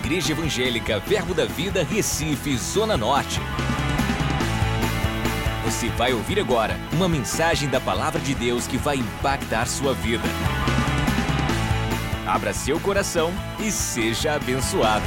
Igreja Evangélica Verbo da Vida, Recife, Zona Norte. Você vai ouvir agora uma mensagem da Palavra de Deus que vai impactar sua vida. Abra seu coração e seja abençoado.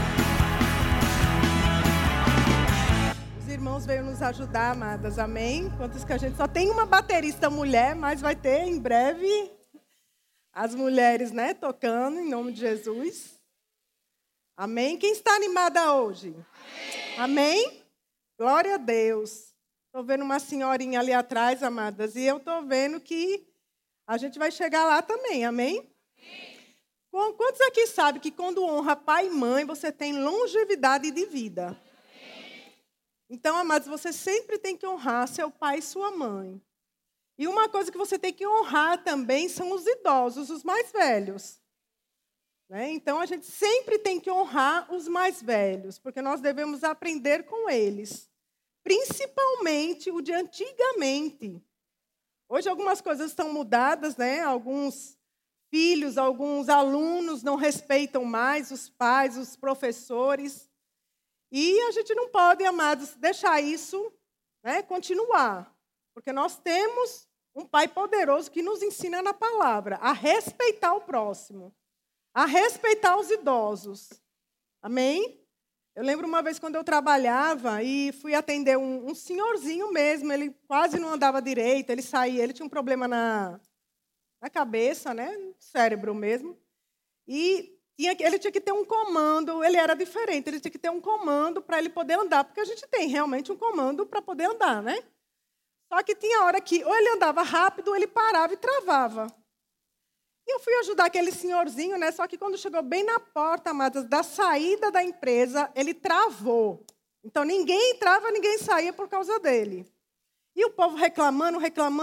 Os irmãos veio nos ajudar, amadas, amém? Quantos que a gente só tem uma baterista mulher, mas vai ter em breve as mulheres, né, tocando em nome de Jesus. Amém? Quem está animada hoje? Amém? Amém? Glória a Deus. Estou vendo uma senhorinha ali atrás, amadas, e eu estou vendo que a gente vai chegar lá também, amém? Amém. Quantos aqui sabem que quando honra pai e mãe, você tem longevidade de vida? Amém. Então, amados, você sempre tem que honrar seu pai e sua mãe. E uma coisa que você tem que honrar também são os idosos, os mais velhos. Né? Então, a gente sempre tem que honrar os mais velhos, porque nós devemos aprender com eles. Principalmente o de antigamente. Hoje algumas coisas estão mudadas, né? Alguns filhos, alguns alunos não respeitam mais os pais, os professores. E a gente não pode, amados, deixar isso, né, continuar. Porque nós temos um Pai poderoso que nos ensina na palavra a respeitar o próximo, a respeitar os idosos. Amém? Eu lembro uma vez quando eu trabalhava e fui atender um senhorzinho mesmo, ele quase não andava direito, ele saía, ele tinha um problema na cabeça, né, no cérebro mesmo, e ele tinha que ter um comando, ele era diferente, ele tinha que ter um comando para ele poder andar, porque a gente tem realmente um comando para poder andar, né? Só que tinha hora que ou ele andava rápido, ou ele parava e travava. E eu fui ajudar aquele senhorzinho, né? Só que quando chegou bem na porta, amadas, da saída da empresa, ele travou. Então, ninguém entrava, ninguém saía por causa dele. E o povo reclamando.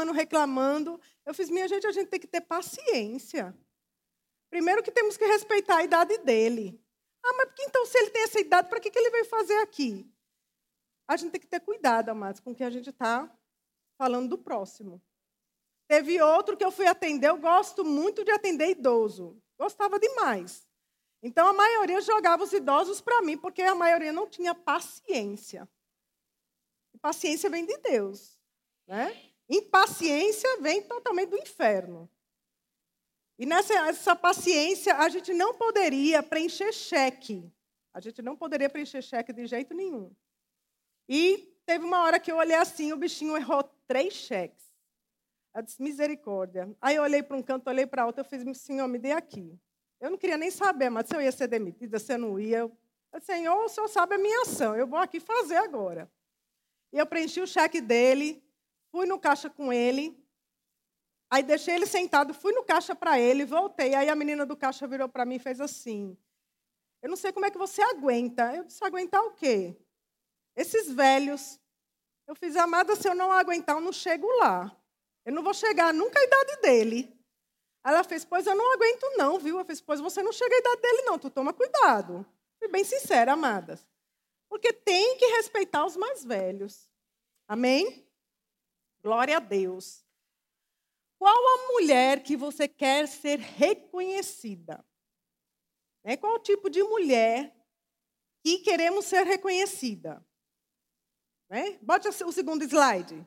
Eu fiz, minha gente, a gente tem que ter paciência. Primeiro que temos que respeitar a idade dele. Ah, mas então, se ele tem essa idade, para que ele veio fazer aqui? A gente tem que ter cuidado, amados, com o que a gente está falando do próximo. Teve outro que eu fui atender, eu gosto muito de atender idoso. Gostava demais. Então, a maioria jogava os idosos para mim, porque a maioria não tinha paciência. E paciência vem de Deus. Né? Impaciência vem totalmente do inferno. E nessa paciência, a gente não poderia preencher cheque. A gente não poderia preencher cheque de jeito nenhum. E teve uma hora que eu olhei assim, o bichinho errou 3 cheques. Eu disse, misericórdia. Aí eu olhei para um canto, olhei para outro, eu fiz, Senhor, me dê aqui. Eu não queria nem saber, mas se eu ia ser demitida, se eu não ia. Eu disse, Senhor, o Senhor sabe a minha ação, eu vou aqui fazer agora. E eu preenchi o cheque dele, fui no caixa com ele, aí deixei ele sentado, fui no caixa para ele, voltei. Aí a menina do caixa virou para mim e fez assim, eu não sei como é que você aguenta. Eu disse, aguentar o quê? Esses velhos. Eu fiz, amada, se eu não aguentar, eu não chego lá. Eu não vou chegar nunca à idade dele. Ela fez, pois eu não aguento não, viu? Eu fiz, pois você não chega à idade dele não, tu toma cuidado. Fui bem sincera, amadas. Porque tem que respeitar os mais velhos. Amém? Glória a Deus. Qual a mulher que você quer ser reconhecida? Qual o tipo de mulher que queremos ser reconhecida? Bote o segundo slide.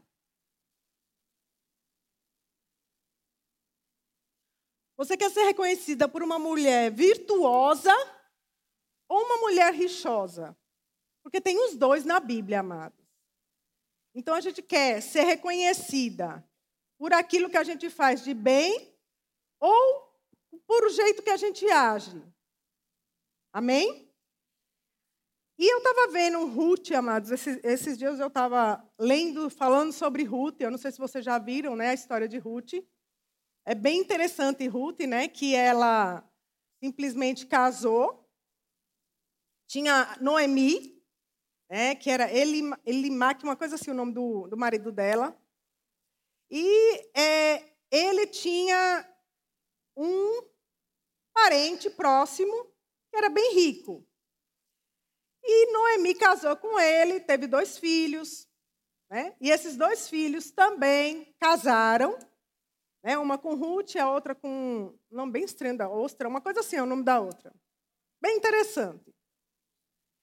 Você quer ser reconhecida por uma mulher virtuosa ou uma mulher rixosa? Porque tem os dois na Bíblia, amados. Então, a gente quer ser reconhecida por aquilo que a gente faz de bem ou por o jeito que a gente age. Amém? E eu estava vendo Ruth, amados, esses dias eu estava lendo, falando sobre Ruth, eu não sei se vocês já viram, né, a história de Ruth. É bem interessante Ruth, né, que ela simplesmente casou. Tinha Noemi, né, que era Elimaque, uma coisa assim, o nome do marido dela. E ele tinha um parente próximo que era bem rico. E Noemi casou com ele, teve 2 filhos. Né? E esses 2 filhos também casaram. Né? Uma com Ruth, a outra com um nome bem estranho da Ostra, uma coisa assim é o nome da outra. Bem interessante.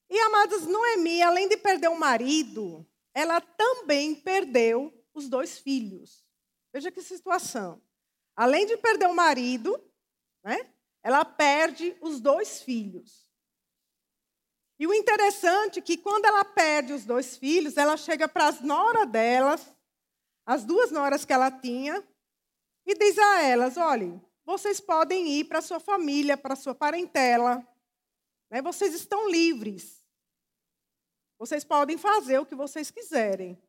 E, amadas, Noemi, além de perder o marido, ela também perdeu os 2 filhos. Veja que situação. Além de perder o marido, né, ela perde os 2 filhos. E o interessante é que quando ela perde os 2 filhos, ela chega para as noras delas, as 2 noras que ela tinha, e diz a elas, olhem, vocês podem ir para a sua família, para a sua parentela, né, vocês estão livres. Vocês podem fazer o que vocês quiserem.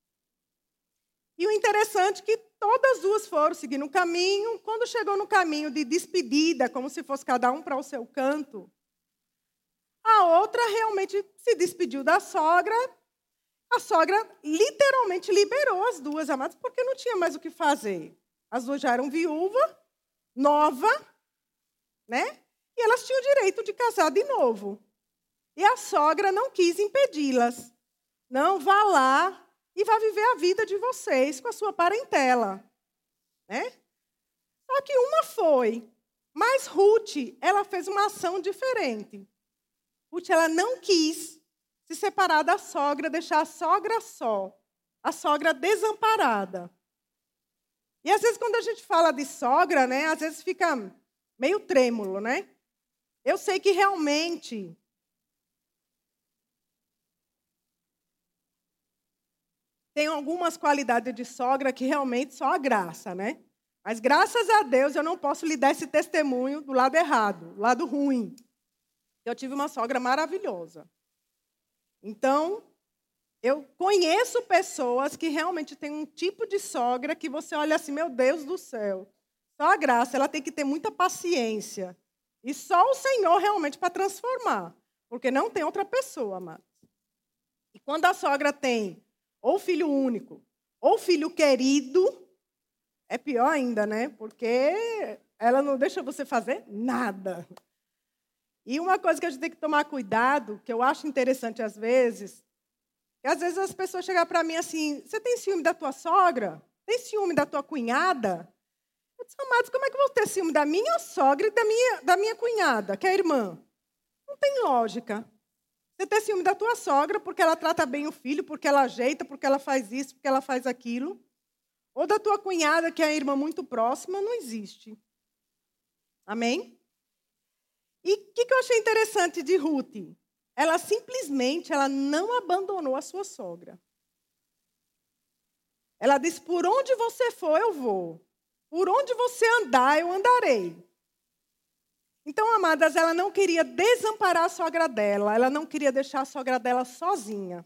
E o interessante é que todas as 2 foram seguindo o caminho. Quando chegou no caminho de despedida, como se fosse cada um para o seu canto, a outra realmente se despediu da sogra. A sogra literalmente liberou as 2, amadas, porque não tinha mais o que fazer. As 2 já eram viúvas, nova, né? E elas tinham o direito de casar de novo. E a sogra não quis impedi-las. Não, vá lá e vá viver a vida de vocês com a sua parentela. Né? Só que uma foi. Mas Ruth, ela fez uma ação diferente. Ruth, ela não quis se separar da sogra, deixar a sogra só. A sogra desamparada. E às vezes quando a gente fala de sogra, né, às vezes fica meio trêmulo, né? Eu sei que realmente tem algumas qualidades de sogra que realmente só a graça, né? Mas graças a Deus eu não posso lhe dar esse testemunho do lado errado, do lado ruim. Eu tive uma sogra maravilhosa. Então, eu conheço pessoas que realmente têm um tipo de sogra que você olha assim, meu Deus do céu. Só a graça, ela tem que ter muita paciência. E só o Senhor realmente para transformar. Porque não tem outra pessoa, amados. E quando a sogra tem ou filho único, ou filho querido, é pior ainda, né? Porque ela não deixa você fazer nada. E uma coisa que a gente tem que tomar cuidado, que eu acho interessante às vezes, é às vezes as pessoas chegam para mim assim, você tem ciúme da tua sogra? Tem ciúme da tua cunhada? Eu disse, amados, como é que eu vou ter ciúme da minha sogra e da minha cunhada, que é a irmã? Não tem lógica. Você ter ciúme da tua sogra porque ela trata bem o filho, porque ela ajeita, porque ela faz isso, porque ela faz aquilo. Ou da tua cunhada, que é a irmã muito próxima, não existe. Amém? E o que eu achei interessante de Ruth? Ela simplesmente não abandonou a sua sogra. Ela disse, por onde você for, eu vou. Por onde você andar, eu andarei. Então, amadas, ela não queria desamparar a sogra dela. Ela não queria deixar a sogra dela sozinha.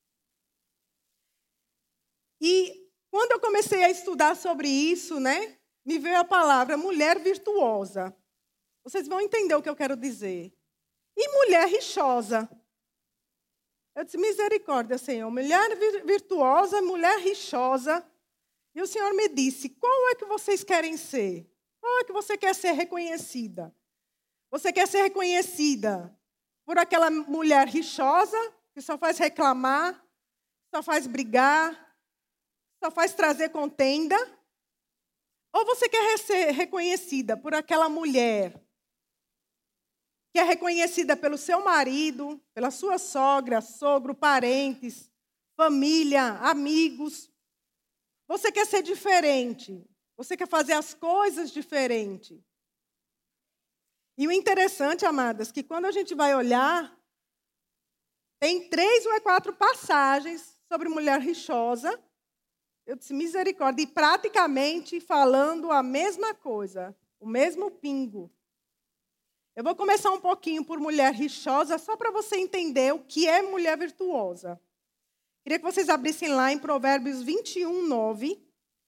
E quando eu comecei a estudar sobre isso, né, me veio a palavra mulher virtuosa. Vocês vão entender o que eu quero dizer. E mulher rixosa. Eu disse, misericórdia, Senhor. Mulher virtuosa, mulher rixosa. E o Senhor me disse, qual é que vocês querem ser? Qual é que você quer ser reconhecida? Você quer ser reconhecida por aquela mulher rixosa, que só faz reclamar, só faz brigar, só faz trazer contenda? Ou você quer ser reconhecida por aquela mulher que é reconhecida pelo seu marido, pela sua sogra, sogro, parentes, família, amigos? Você quer ser diferente. Você quer fazer as coisas diferente. E o interessante, amadas, que quando a gente vai olhar, tem 3 ou 4 passagens sobre mulher rixosa. Eu disse, misericórdia, e praticamente falando a mesma coisa, o mesmo pingo. Eu vou começar um pouquinho por mulher rixosa, só para você entender o que é mulher virtuosa. Queria que vocês abrissem lá em Provérbios 21, 9.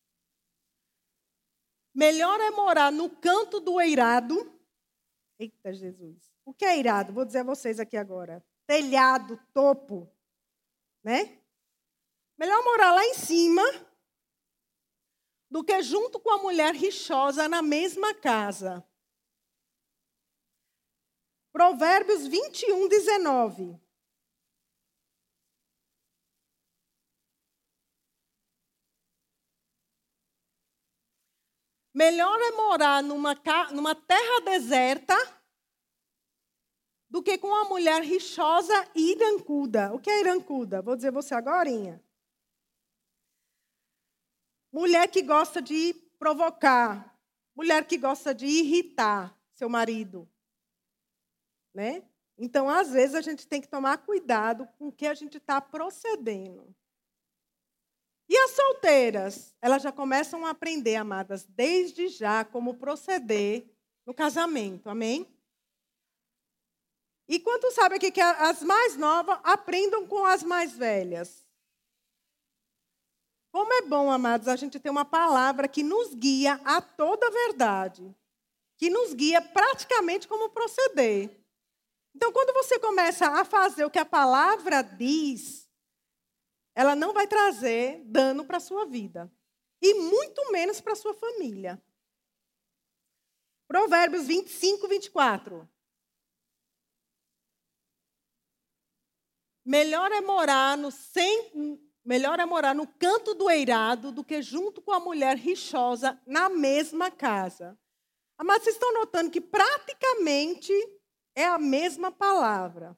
Melhor é morar no canto do eirado. Eita, Jesus. O que é eirado? Vou dizer a vocês aqui agora. Telhado, topo, né? Melhor morar lá em cima do que junto com a mulher rixosa na mesma casa. Provérbios 21, 19. Melhor é morar numa terra deserta do que com uma mulher rixosa e irancuda. O que é irancuda? Vou dizer você agorinha. Mulher que gosta de provocar. Mulher que gosta de irritar seu marido. Né? Então, às vezes, a gente tem que tomar cuidado com o que a gente está procedendo. E as solteiras? Elas já começam a aprender, amadas, desde já, como proceder no casamento. Amém? E quantos sabem aqui que as mais novas aprendam com as mais velhas? Como é bom, amados, a gente ter uma palavra que nos guia a toda a verdade. Que nos guia praticamente como proceder. Então, quando você começa a fazer o que a palavra diz, ela não vai trazer dano para a sua vida. E muito menos para a sua família. Provérbios 25, 24. Melhor é morar no canto do eirado do que junto com a mulher rixosa na mesma casa. Mas vocês estão notando que praticamente é a mesma palavra.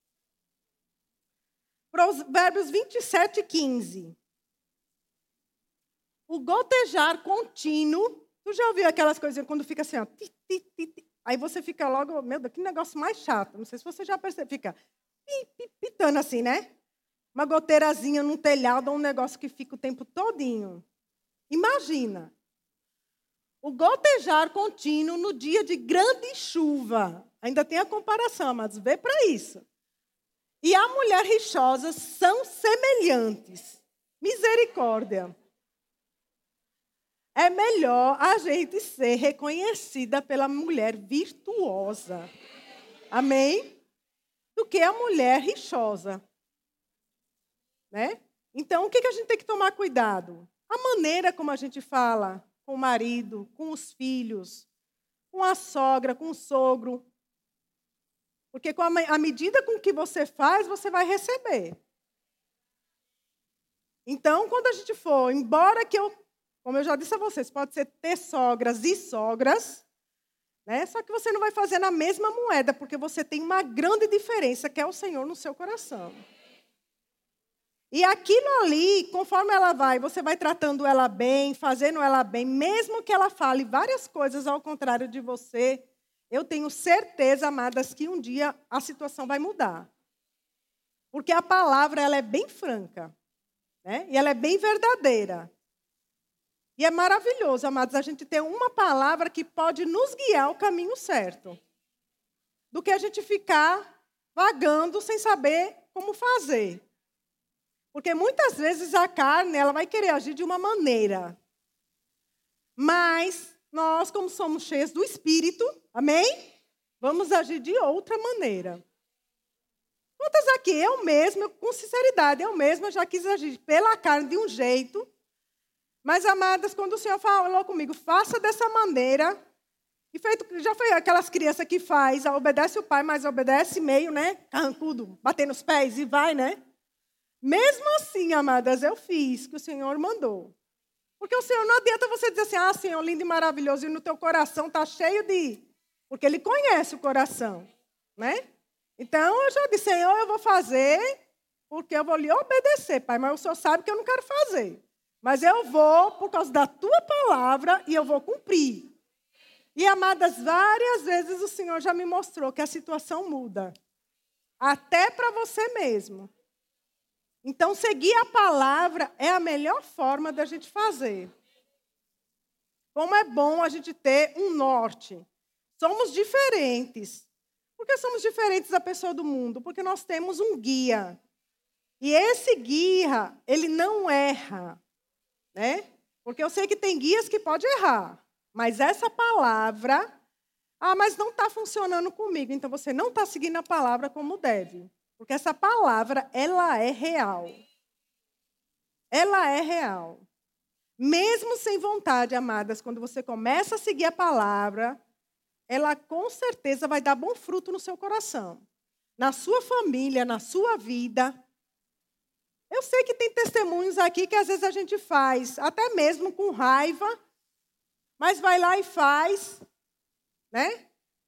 Provérbios 27, 15. O gotejar contínuo. Tu já ouviu aquelas coisinhas quando fica assim, ó, aí você fica logo, meu Deus, que negócio mais chato. Não sei se você já percebeu, fica pitando assim, né? Uma goteirazinha num telhado ou um negócio que fica o tempo todinho. Imagina. O gotejar contínuo no dia de grande chuva. Ainda tem a comparação, amados. Vê para isso. E a mulher rixosa são semelhantes. Misericórdia. É melhor a gente ser reconhecida pela mulher virtuosa. Amém? Do que a mulher rixosa. Né? Então, o que a gente tem que tomar cuidado? A maneira como a gente fala com o marido, com os filhos, com a sogra, com o sogro. Porque com a medida com que você faz, você vai receber. Então, quando a gente for, embora que como eu já disse a vocês, pode ser ter sogras e sogras, né? Só que você não vai fazer na mesma moeda, porque você tem uma grande diferença, que é o Senhor no seu coração. E aquilo ali, conforme ela vai, você vai tratando ela bem, fazendo ela bem, mesmo que ela fale várias coisas ao contrário de você, eu tenho certeza, amadas, que um dia a situação vai mudar. Porque a palavra, ela é bem franca, né? E ela é bem verdadeira. E é maravilhoso, amados, a gente ter uma palavra que pode nos guiar ao caminho certo. Do que a gente ficar vagando sem saber como fazer. Porque muitas vezes a carne, ela vai querer agir de uma maneira. Mas nós, como somos cheios do Espírito, amém? Vamos agir de outra maneira. Quantas aqui, eu mesma, com sinceridade, eu mesma já quis agir pela carne de um jeito. Mas, amadas, quando o Senhor falou comigo, faça dessa maneira. E já foi aquelas crianças que obedece o pai, mas obedece meio, né? Carrancudo, batendo os pés e vai, né? Mesmo assim, amadas, eu fiz o que o Senhor mandou. Porque o Senhor, não adianta você dizer assim, Senhor, lindo e maravilhoso, e no teu coração está cheio de... Porque Ele conhece o coração, né? Então, eu já disse, Senhor, eu vou fazer, porque eu vou lhe obedecer, Pai, mas o Senhor sabe que eu não quero fazer. Mas eu vou, por causa da tua palavra, e eu vou cumprir. E, amadas, várias vezes o Senhor já me mostrou que a situação muda. Até para você mesmo. Então, seguir a palavra é a melhor forma da gente fazer. Como é bom a gente ter um norte. Somos diferentes. Por que somos diferentes da pessoa do mundo? Porque nós temos um guia. E esse guia, ele não erra. Né? Porque eu sei que tem guias que podem errar. Mas essa palavra, mas não está funcionando comigo. Então, você não está seguindo a palavra como deve. Porque essa palavra, ela é real. Ela é real. Mesmo sem vontade, amadas, quando você começa a seguir a palavra, ela com certeza vai dar bom fruto no seu coração. Na sua família, na sua vida. Eu sei que tem testemunhos aqui que às vezes a gente faz, até mesmo com raiva, mas vai lá e faz, né?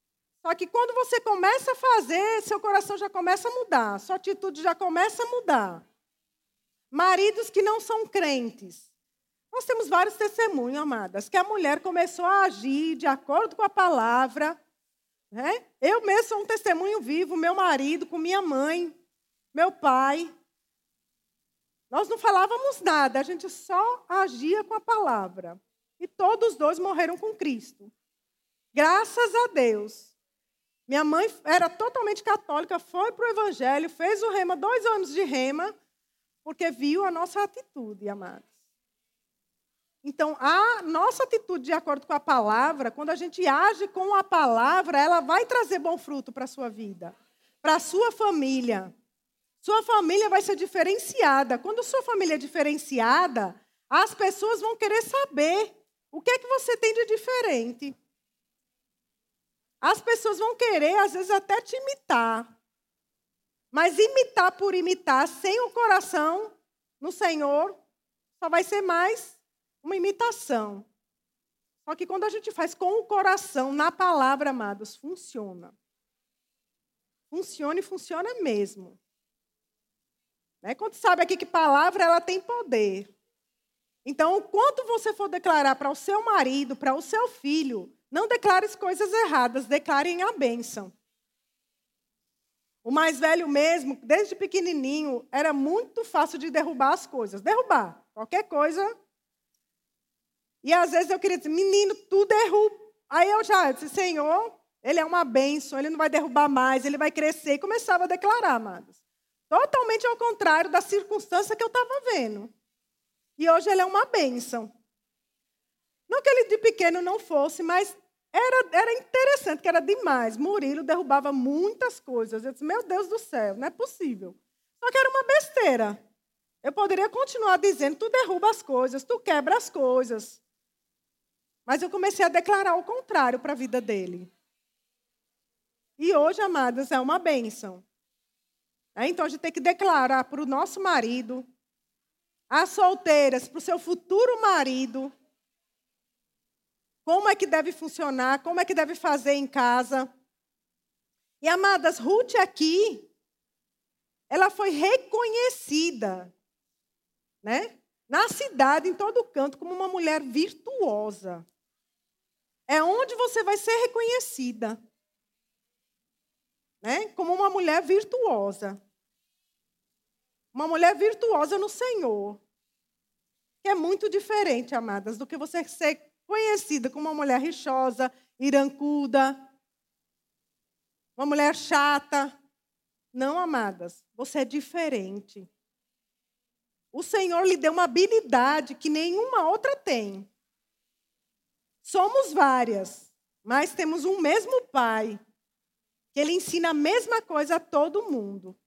Só que quando você começa a fazer, seu coração já começa a mudar, sua atitude já começa a mudar. Maridos que não são crentes. Nós temos vários testemunhos, amadas, que a mulher começou a agir de acordo com a palavra. Né? Eu mesmo sou um testemunho vivo, meu marido, com minha mãe, meu pai. Nós não falávamos nada, a gente só agia com a palavra. E todos os dois morreram com Cristo. Graças a Deus. Minha mãe era totalmente católica, foi para o Evangelho, fez o rema, 2 anos de rema, porque viu a nossa atitude, amados. Então, a nossa atitude de acordo com a palavra, quando a gente age com a palavra, ela vai trazer bom fruto para a sua vida, para a sua família. Sua família vai ser diferenciada. Quando sua família é diferenciada, as pessoas vão querer saber o que é que você tem de diferente. As pessoas vão querer, às vezes, até te imitar. Mas imitar por imitar, sem o coração no Senhor, só vai ser mais uma imitação. Só que quando a gente faz com o coração, na palavra, amados, funciona. Funciona e funciona mesmo. Né? Quando sabe aqui que palavra, ela tem poder. Então, quanto você for declarar para o seu marido, para o seu filho, não declare coisas erradas, declarem a bênção. O mais velho mesmo, desde pequenininho, era muito fácil de derrubar as coisas. Derrubar qualquer coisa. E às vezes eu queria dizer, menino, tu derruba. Aí eu já disse, Senhor, ele é uma bênção, ele não vai derrubar mais, ele vai crescer. E começava a declarar, amados. Totalmente ao contrário da circunstância que eu estava vendo. E hoje ele é uma bênção. Não que ele de pequeno não fosse, mas era interessante, que era demais. Murilo derrubava muitas coisas. Eu disse, meu Deus do céu, não é possível. Só que era uma besteira. Eu poderia continuar dizendo, tu derruba as coisas, tu quebra as coisas. Mas eu comecei a declarar o contrário para a vida dele. E hoje, amadas, é uma bênção. Então a gente tem que declarar para o nosso marido, as solteiras, para o seu futuro marido, como é que deve funcionar, como é que deve fazer em casa. E, amadas, Ruth aqui, ela foi reconhecida, né? Na cidade, em todo canto, como uma mulher virtuosa. É onde você vai ser reconhecida, né? Como uma mulher virtuosa. Uma mulher virtuosa no Senhor. Que é muito diferente, amadas, do que você ser conhecida como uma mulher rixosa, irancuda, uma mulher chata. Não, amadas, você é diferente. O Senhor lhe deu uma habilidade que nenhuma outra tem. Somos várias, mas temos um mesmo Pai, que Ele ensina a mesma coisa a todo mundo.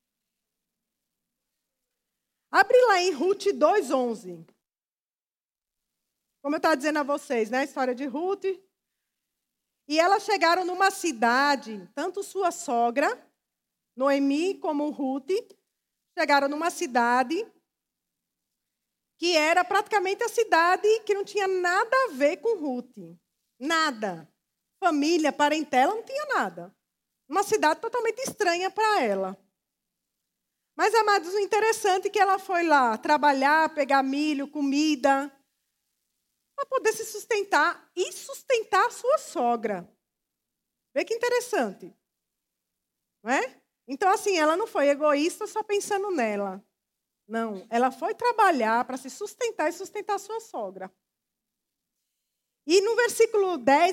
Abre lá em Ruth 2:11. Como eu estava dizendo a vocês, né? A história de Ruth. E elas chegaram numa cidade, tanto sua sogra, Noemi, como Ruth, chegaram numa cidade que era praticamente a cidade que não tinha nada a ver com Ruth. Nada. Família, parentela, não tinha nada. Uma cidade totalmente estranha para ela. Mas, amados, o interessante é que ela foi lá trabalhar, pegar milho, comida, para poder se sustentar e sustentar a sua sogra. Vê que interessante. Não é? Então, assim, ela não foi egoísta só pensando nela. Não, ela foi trabalhar para se sustentar e sustentar a sua sogra. E no versículo 10,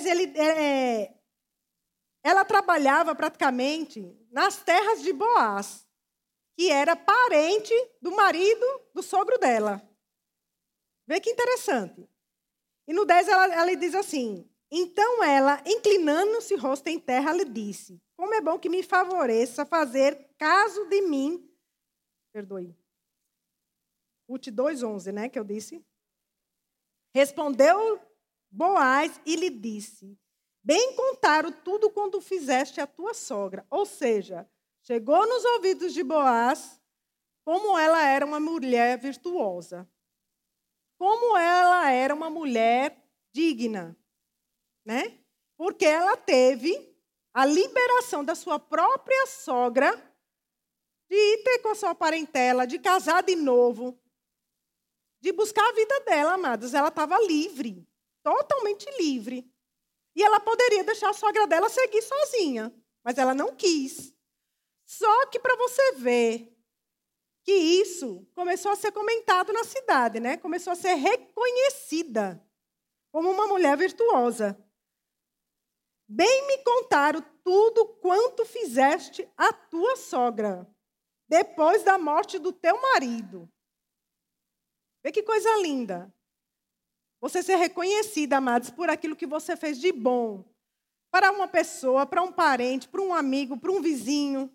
ela trabalhava praticamente nas terras de Boaz, que era parente do marido do sogro dela. Vê que interessante. E no 10 ela diz assim, então ela, inclinando-se o rosto em terra, lhe disse, como é bom que me favoreça fazer caso de mim. Perdoe. Ruth 2:11, né, que eu disse. Respondeu Boaz e lhe disse, bem contaram tudo quanto fizeste à tua sogra. Ou seja, chegou nos ouvidos de Boaz como ela era uma mulher virtuosa. Como ela era uma mulher digna, né? Porque ela teve a liberação da sua própria sogra de ir ter com a sua parentela, de casar de novo, de buscar a vida dela, amados. Ela estava livre, totalmente livre. E ela poderia deixar a sogra dela seguir sozinha, mas ela não quis. Só que para você ver que isso começou a ser comentado na cidade, né? Começou a ser reconhecida como uma mulher virtuosa. Bem me contaram tudo quanto fizeste à tua sogra, depois da morte do teu marido. Vê que coisa linda. Você ser reconhecida, amados, por aquilo que você fez de bom. Para uma pessoa, para um parente, para um amigo, para um vizinho.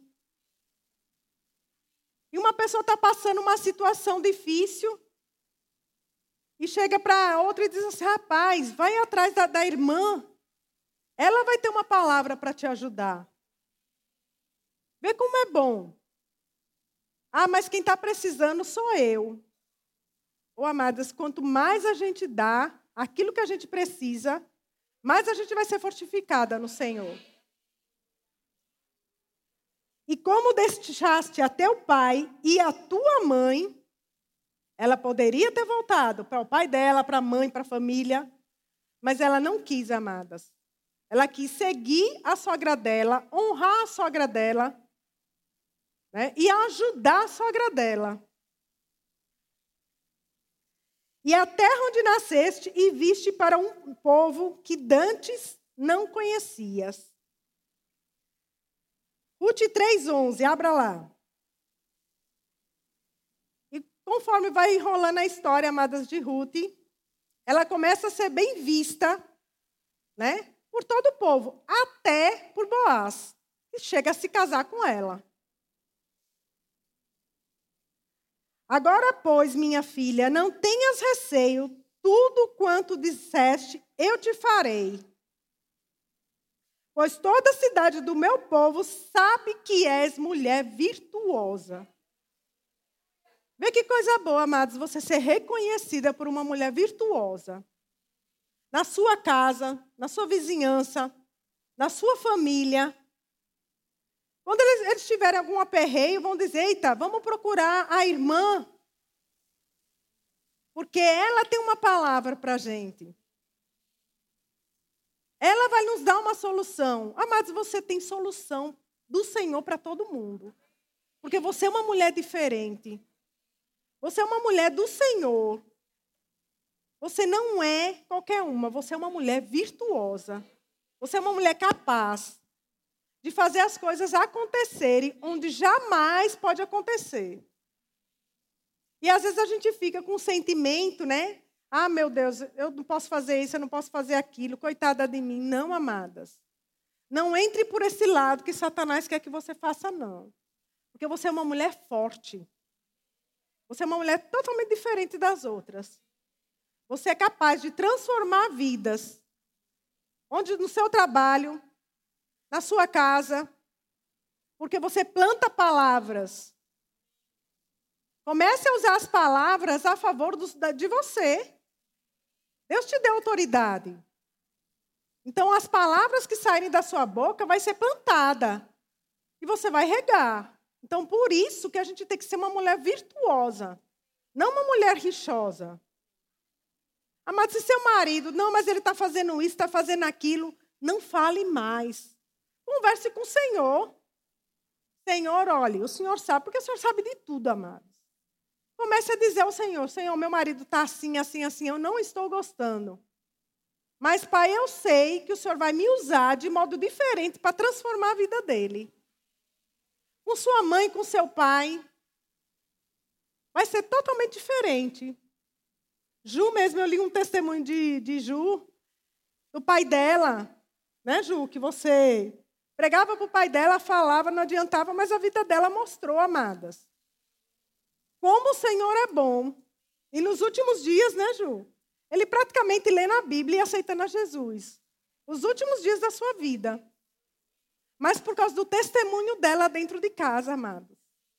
E uma pessoa está passando uma situação difícil e chega para outra e diz assim, rapaz, vai atrás da irmã. Ela vai ter uma palavra para te ajudar. Vê como é bom. Ah, mas quem está precisando sou eu. Ô, amadas, quanto mais a gente dá aquilo que a gente precisa, mais a gente vai ser fortificada no Senhor. E como deixaste a teu pai e a tua mãe, ela poderia ter voltado para o pai dela, para a mãe, para a família, mas ela não quis, amadas. Ela quis seguir a sogra dela, honrar a sogra dela, né, e ajudar a sogra dela. E a terra onde nasceste e viste para um povo que dantes não conhecias. Ruth 3:11, abra lá. E conforme vai enrolando a história, amadas, de Ruth, ela começa a ser bem vista, né, por todo o povo, até por Boaz, que chega a se casar com ela. Agora, pois, minha filha, não tenhas receio, tudo quanto disseste, eu te farei. Pois toda a cidade do meu povo sabe que és mulher virtuosa. Vê que coisa boa, amados, você ser reconhecida por uma mulher virtuosa. Na sua casa, na sua vizinhança, na sua família. Quando eles tiverem algum aperreio, vão dizer, eita, vamos procurar a irmã. Porque ela tem uma palavra para a gente. Ela vai nos dar uma solução. Amados, você tem solução do Senhor para todo mundo. Porque você é uma mulher diferente. Você é uma mulher do Senhor. Você não é qualquer uma. Você é uma mulher virtuosa. Você é uma mulher capaz de fazer as coisas acontecerem onde jamais pode acontecer. E às vezes a gente fica com um sentimento, né? Ah, meu Deus, eu não posso fazer isso, eu não posso fazer aquilo, coitada de mim. Não, amadas. Não entre por esse lado que Satanás quer que você faça, não. Porque você é uma mulher forte. Você é uma mulher totalmente diferente das outras. Você é capaz de transformar vidas. Onde no seu trabalho, na sua casa, porque você planta palavras. Comece a usar as palavras a favor de você. Deus te deu autoridade. Então, as palavras que saírem da sua boca vai ser plantada. E você vai regar. Então, por isso que a gente tem que ser uma mulher virtuosa. Não uma mulher rixosa. Amado, se seu marido, não, mas ele está fazendo isso, está fazendo aquilo, não fale mais. Converse com o Senhor. Senhor, olhe, o Senhor sabe, porque o Senhor sabe de tudo, amados. Comece a dizer ao Senhor, Senhor, meu marido está assim, assim, assim, eu não estou gostando. Mas, Pai, eu sei que o Senhor vai me usar de modo diferente para transformar a vida dele. Com sua mãe, com seu pai, vai ser totalmente diferente. Ju mesmo, eu li um testemunho de Ju, do pai dela, né, Ju, que você pregava para o pai dela, falava, não adiantava, mas a vida dela mostrou, amadas. Como o Senhor é bom. E nos últimos dias, né, Ju? Ele praticamente lendo a Bíblia e aceitando a Jesus. Os últimos dias da sua vida. Mas por causa do testemunho dela dentro de casa, amados.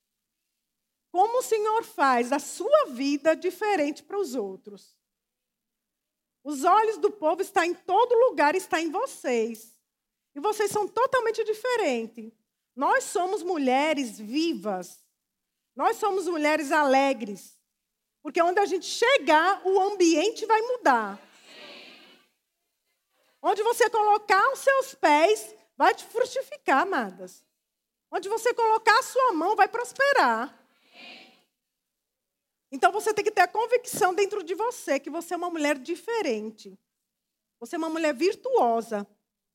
Como o Senhor faz a sua vida diferente para os outros. Os olhos do povo estão em todo lugar, está em vocês. E vocês são totalmente diferentes. Nós somos mulheres vivas. Nós somos mulheres alegres. Porque onde a gente chegar, o ambiente vai mudar. Onde você colocar os seus pés, vai te frutificar, amadas. Onde você colocar a sua mão, vai prosperar. Então você tem que ter a convicção dentro de você que você é uma mulher diferente. Você é uma mulher virtuosa.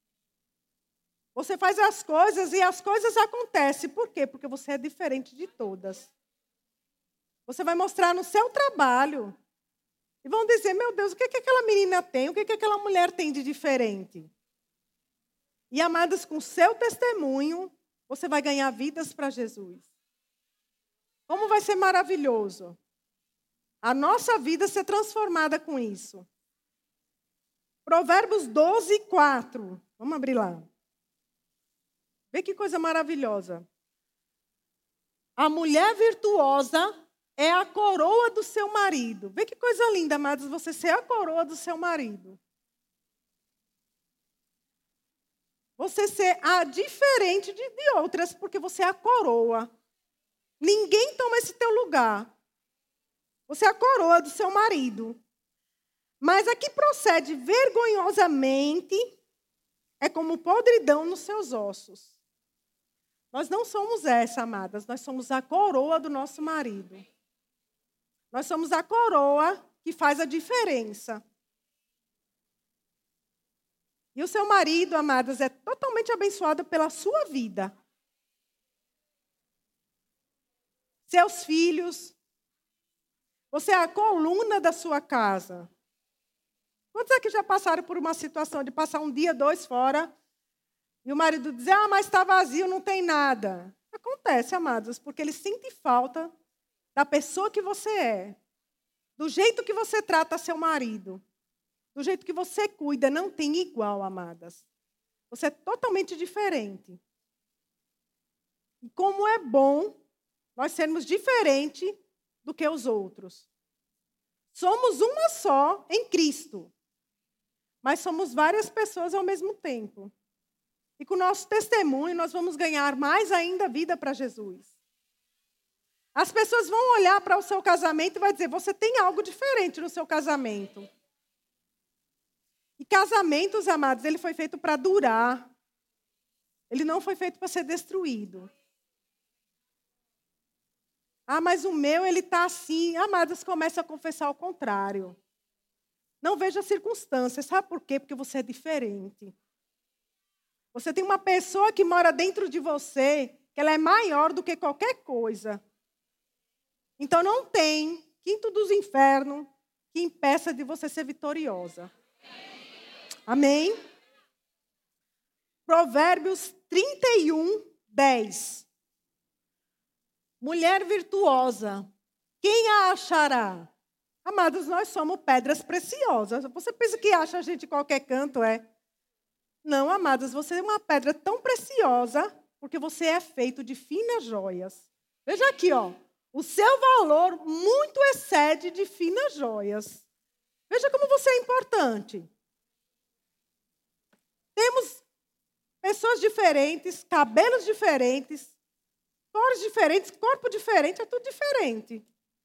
Você faz as coisas e as coisas acontecem. Por quê? Porque você é diferente de todas. Você vai mostrar no seu trabalho. E vão dizer, meu Deus, o que aquela menina tem? O que aquela mulher tem de diferente? E, amadas, com o seu testemunho, você vai ganhar vidas para Jesus. Como vai ser maravilhoso a nossa vida ser transformada com isso. Provérbios 12, 4. Vamos abrir lá. Vê que coisa maravilhosa. A mulher virtuosa é a coroa do seu marido. Vê que coisa linda, amados, você ser a coroa do seu marido. Você ser a diferente de outras, porque você é a coroa. Ninguém toma esse teu lugar. Você é a coroa do seu marido. Mas a que procede vergonhosamente é como podridão nos seus ossos. Nós não somos essa, amadas. Nós somos a coroa do nosso marido. Nós somos a coroa que faz a diferença. E o seu marido, amadas, é totalmente abençoado pela sua vida. Seus filhos. Você é a coluna da sua casa. Quantos aqui já passaram por uma situação de passar um dia, 2 fora, e o marido dizer, mas está vazio, não tem nada. Acontece, amados, porque ele sente falta da pessoa que você é. Do jeito que você trata seu marido. Do jeito que você cuida, não tem igual, amadas. Você é totalmente diferente. E como é bom nós sermos diferentes do que os outros. Somos uma só em Cristo. Mas somos várias pessoas ao mesmo tempo. E com o nosso testemunho, nós vamos ganhar mais ainda vida para Jesus. As pessoas vão olhar para o seu casamento e vão dizer, você tem algo diferente no seu casamento. E casamentos, amados, ele foi feito para durar. Ele não foi feito para ser destruído. Mas o meu, ele está assim. Amadas, começa a confessar o contrário. Não veja circunstâncias. Sabe por quê? Porque você é diferente. Você tem uma pessoa que mora dentro de você, que ela é maior do que qualquer coisa. Então não tem quinto dos infernos que impeça de você ser vitoriosa. Amém? Provérbios 31, 10. Mulher virtuosa, quem a achará? Amados, nós somos pedras preciosas. Você pensa que acha a gente em qualquer canto, é? Não, amados, você é uma pedra tão preciosa, porque você é feito de finas joias. Veja aqui, ó. O seu valor muito excede de finas joias. Veja como você é importante. Temos pessoas diferentes, cabelos diferentes, cores diferentes, corpo diferente, é tudo diferente.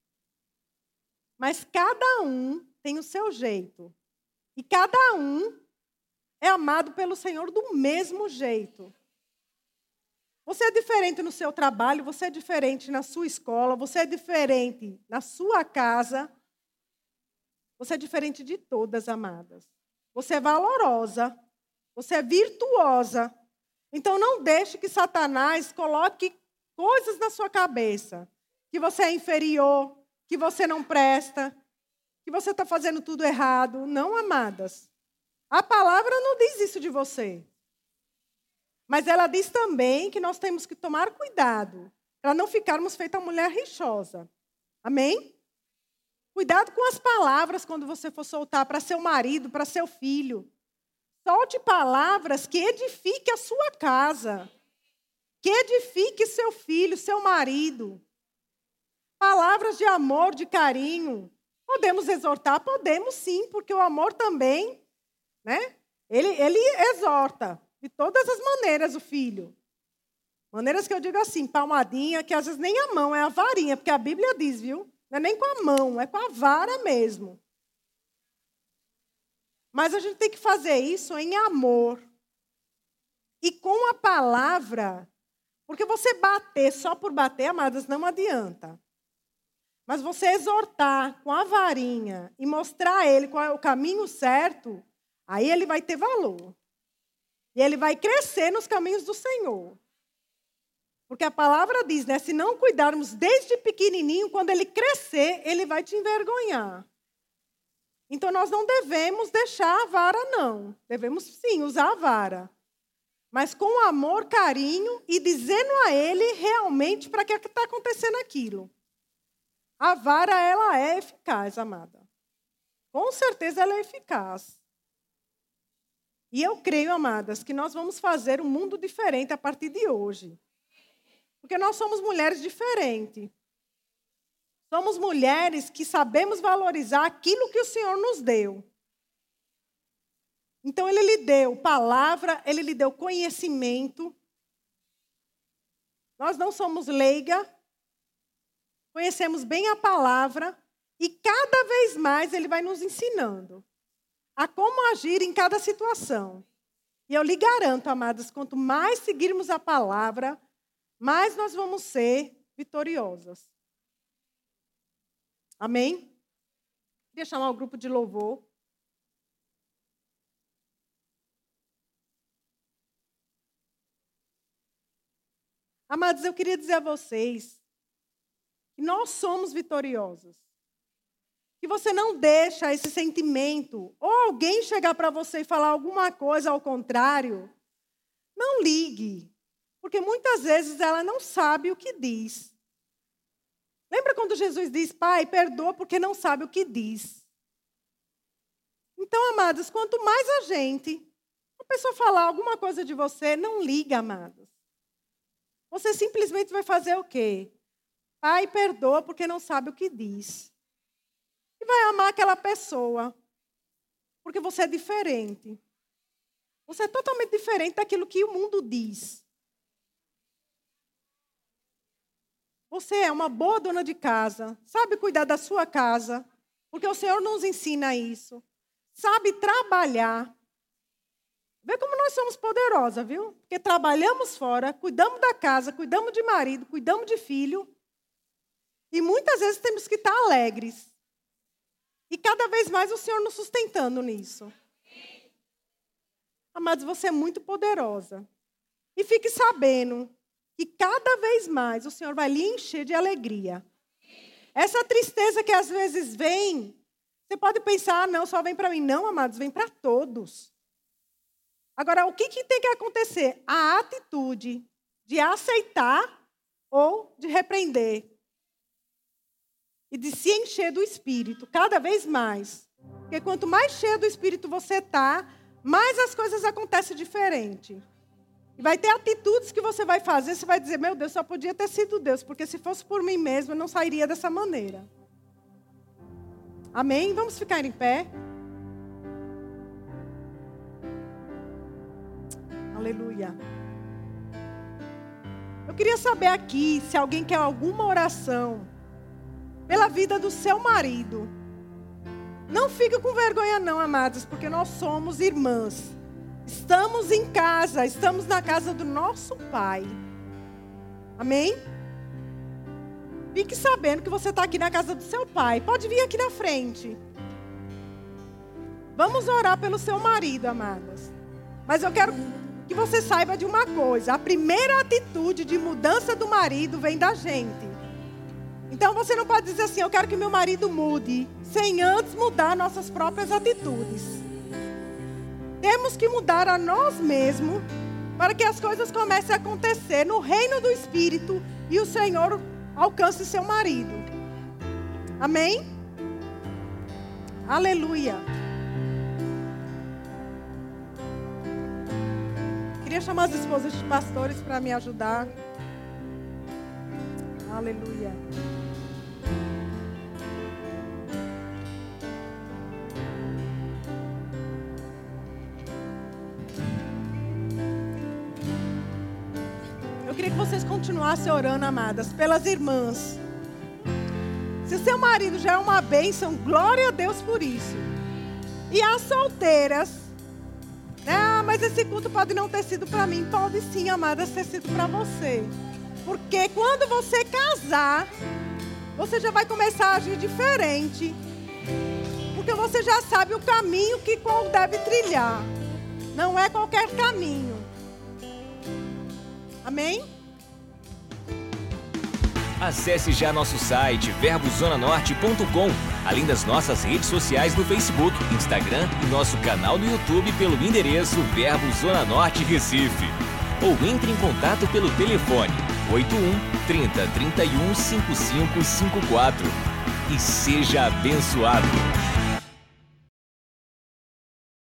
Mas cada um tem o seu jeito. E cada um é amado pelo Senhor do mesmo jeito. Você é diferente no seu trabalho, você é diferente na sua escola, você é diferente na sua casa. Você é diferente de todas, amadas. Você é valorosa, você é virtuosa. Então não deixe que Satanás coloque coisas na sua cabeça. Que você é inferior, que você não presta, que você está fazendo tudo errado. Não, amadas. A palavra não diz isso de você. Mas ela diz também que nós temos que tomar cuidado para não ficarmos feita a mulher rixosa. Amém? Cuidado com as palavras quando você for soltar para seu marido, para seu filho. Solte palavras que edifiquem a sua casa. Que edifique seu filho, seu marido. Palavras de amor, de carinho. Podemos exortar? Podemos sim, porque o amor também, né? Ele exorta. De todas as maneiras, o filho. Maneiras que eu digo assim, palmadinha, que às vezes nem a mão, é a varinha, porque a Bíblia diz, viu? Não é nem com a mão, é com a vara mesmo. Mas a gente tem que fazer isso em amor. E com a palavra, porque você bater só por bater, amadas, não adianta. Mas você exortar com a varinha e mostrar a ele qual é o caminho certo, aí ele vai ter valor. E ele vai crescer nos caminhos do Senhor. Porque a palavra diz, né? Se não cuidarmos desde pequenininho, quando ele crescer, ele vai te envergonhar. Então, nós não devemos deixar a vara, não. Devemos, sim, usar a vara. Mas com amor, carinho e dizendo a ele realmente para que está acontecendo aquilo. A vara, ela é eficaz, amada. Com certeza ela é eficaz. E eu creio, amadas, que nós vamos fazer um mundo diferente a partir de hoje. Porque nós somos mulheres diferentes. Somos mulheres que sabemos valorizar aquilo que o Senhor nos deu. Então, Ele lhe deu palavra, Ele lhe deu conhecimento. Nós não somos leiga, conhecemos bem a palavra e cada vez mais Ele vai nos ensinando a como agir em cada situação. E eu lhe garanto, amadas, quanto mais seguirmos a palavra, mais nós vamos ser vitoriosas. Amém? Queria chamar o grupo de louvor. Amados, eu queria dizer a vocês que nós somos vitoriosos. Que você não deixa esse sentimento, ou alguém chegar para você e falar alguma coisa ao contrário, não ligue. Porque muitas vezes ela não sabe o que diz. Lembra quando Jesus diz, Pai, perdoa porque não sabe o que diz. Então, amados, quanto mais a pessoa falar alguma coisa de você, não liga, amados. Você simplesmente vai fazer o quê? Pai, perdoa porque não sabe o que diz. E vai amar aquela pessoa. Porque você é diferente. Você é totalmente diferente daquilo que o mundo diz. Você é uma boa dona de casa, sabe cuidar da sua casa, porque o Senhor nos ensina isso. Sabe trabalhar. Vê como nós somos poderosas, viu? Porque trabalhamos fora, cuidamos da casa, cuidamos de marido, cuidamos de filho. E muitas vezes temos que estar alegres. E cada vez mais o Senhor nos sustentando nisso. Amados, você é muito poderosa. E fique sabendo que cada vez mais o Senhor vai lhe encher de alegria. Essa tristeza que às vezes vem, você pode pensar, não, só vem para mim. Não, amados, vem para todos. Agora, o que tem que acontecer? A atitude de aceitar ou de repreender. E de se encher do Espírito, cada vez mais. Porque quanto mais cheio do Espírito você está, mais as coisas acontecem diferente. E vai ter atitudes que você vai fazer, você vai dizer, meu Deus, só podia ter sido Deus, porque se fosse por mim mesmo, eu não sairia dessa maneira. Amém? Vamos ficar em pé. Aleluia. Eu queria saber aqui, se alguém quer alguma oração pela vida do seu marido. Não fique com vergonha não, amadas, porque nós somos irmãs. Estamos em casa, estamos na casa do nosso Pai. Amém? Fique sabendo que você está aqui na casa do seu Pai. Pode vir aqui na frente. Vamos orar pelo seu marido, amadas. Mas eu quero que você saiba de uma coisa. A primeira atitude de mudança do marido vem da gente. Então você não pode dizer assim, eu quero que meu marido mude, sem antes mudar nossas próprias atitudes. Temos que mudar a nós mesmos para que as coisas comecem a acontecer no reino do Espírito e o Senhor alcance seu marido. Amém? Aleluia. Queria chamar as esposas de pastores para me ajudar. Aleluia. Eu queria que vocês continuassem orando, amadas, pelas irmãs. Se o seu marido já é uma bênção, glória a Deus por isso. E as solteiras, né? Mas esse culto pode não ter sido para mim. Pode sim, amadas, ter sido para você. Porque quando você casar, você já vai começar a agir diferente. Porque você já sabe o caminho que qual deve trilhar. Não é qualquer caminho. Amém? Acesse já nosso site verbozonanorte.com, além das nossas redes sociais no Facebook, Instagram e nosso canal no YouTube pelo endereço Verbo Zona Norte Recife. Ou entre em contato pelo telefone 81 30 31 5554 e seja abençoado.